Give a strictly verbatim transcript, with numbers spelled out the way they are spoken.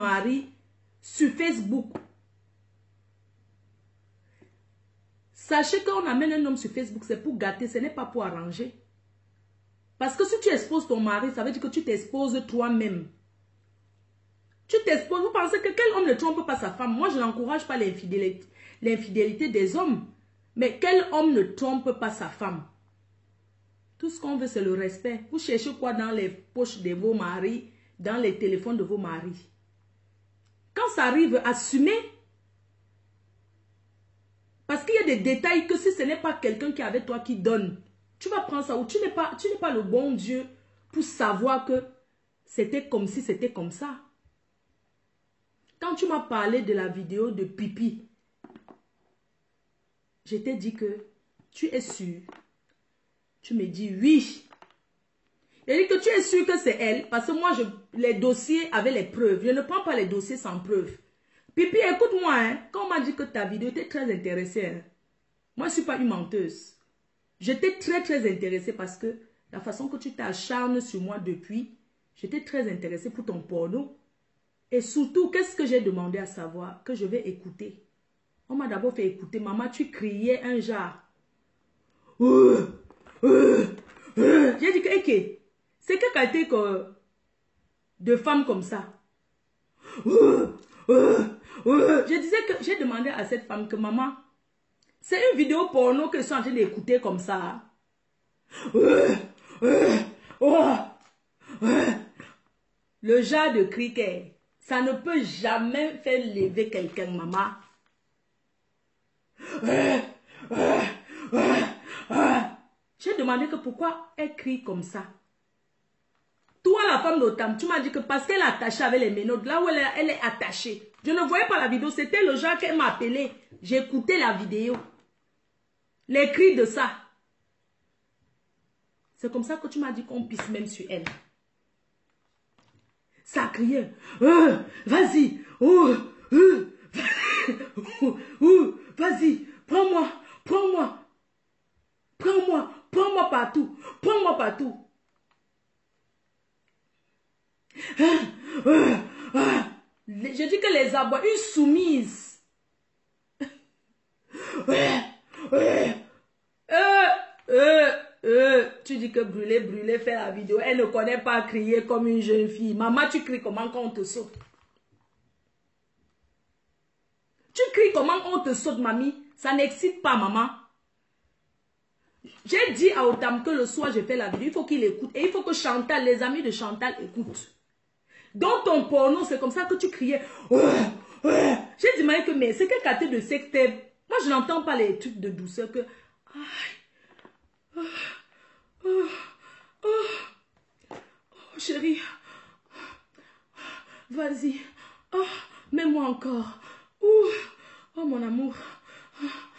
mari sur Facebook. Sachez qu'on amène un homme sur Facebook, c'est pour gâter, ce n'est pas pour arranger. Parce que si tu exposes ton mari, ça veut dire que tu t'exposes toi-même. Tu t'exposes, vous pensez que quel homme ne trompe pas sa femme? Moi, je n'encourage pas l'infidélité, l'infidélité des hommes. Mais quel homme ne trompe pas sa femme? Tout ce qu'on veut, c'est le respect. Vous cherchez quoi dans les poches de vos maris, dans les téléphones de vos maris? Quand ça arrive, assumez. Parce qu'il y a des détails que si ce n'est pas quelqu'un qui est avec toi qui donne, tu vas prendre ça ou tu n'es pas, tu n'es pas le bon Dieu pour savoir que c'était comme si c'était comme ça. Quand tu m'as parlé de la vidéo de Pipi, je t'ai dit que tu es sûr. Tu me dis oui. Je dis que tu es sûr que c'est elle. Parce que moi, je, les dossiers avaient les preuves. Je ne prends pas les dossiers sans preuve. Pipi, écoute-moi. Hein, quand on m'a dit que ta vidéo était très intéressée. Hein, moi, je ne suis pas une menteuse. J'étais très, très intéressée parce que la façon que tu t'acharnes sur moi depuis, j'étais très intéressée pour ton porno. Et surtout, qu'est-ce que j'ai demandé à savoir? Que je vais écouter. On m'a d'abord fait écouter. Maman, tu criais un genre. Euh, euh, euh. J'ai dit que, ok, c'est quelle qualité que de femme comme ça? Euh, euh, euh. Je disais que j'ai demandé à cette femme que, maman, c'est une vidéo porno que je suis en train d'écouter comme ça. Euh, euh, oh, euh. Le genre de cri qu'elle, ça ne peut jamais faire lever quelqu'un, maman. Euh, euh, euh, euh. J'ai demandé que pourquoi elle crie comme ça. Toi, la femme d'Otam, tu m'as dit que parce qu'elle est attachée avec les ménodes, là où elle est, elle est attachée. Je ne voyais pas la vidéo, c'était le genre qu'elle m'a appelé. J'ai écouté la vidéo. Les cris de ça. C'est comme ça que tu m'as dit qu'on pisse même sur elle. Ça criait. Euh, vas-y. Oh, euh, oh, oh, vas-y. Prends-moi. Prends-moi. Prends-moi. Prends-moi partout. Prends-moi partout. Euh, euh, euh. Je dis que les abois, une soumise. Euh, euh, euh, euh, euh. Tu dis que brûler, brûler, fait la vidéo. Elle ne connaît pas crier comme une jeune fille. Maman, tu cries comment quand on te saute? Tu cries comment on te saute, mamie? Ça n'excite pas, maman. J'ai dit à Otam que le soir, je fais la vidéo. Il faut qu'il écoute. Et il faut que Chantal, les amis de Chantal écoutent. Dans ton porno, c'est comme ça que tu criais. Ouais, ouais. J'ai dit, mais que mais c'est quel quartier de sexe? Moi, je n'entends pas les trucs de douceur que... Aïe. Oh, oh, oh, oh, chérie. Vas-y. Oh, mets-moi encore. Oh, oh, mon amour.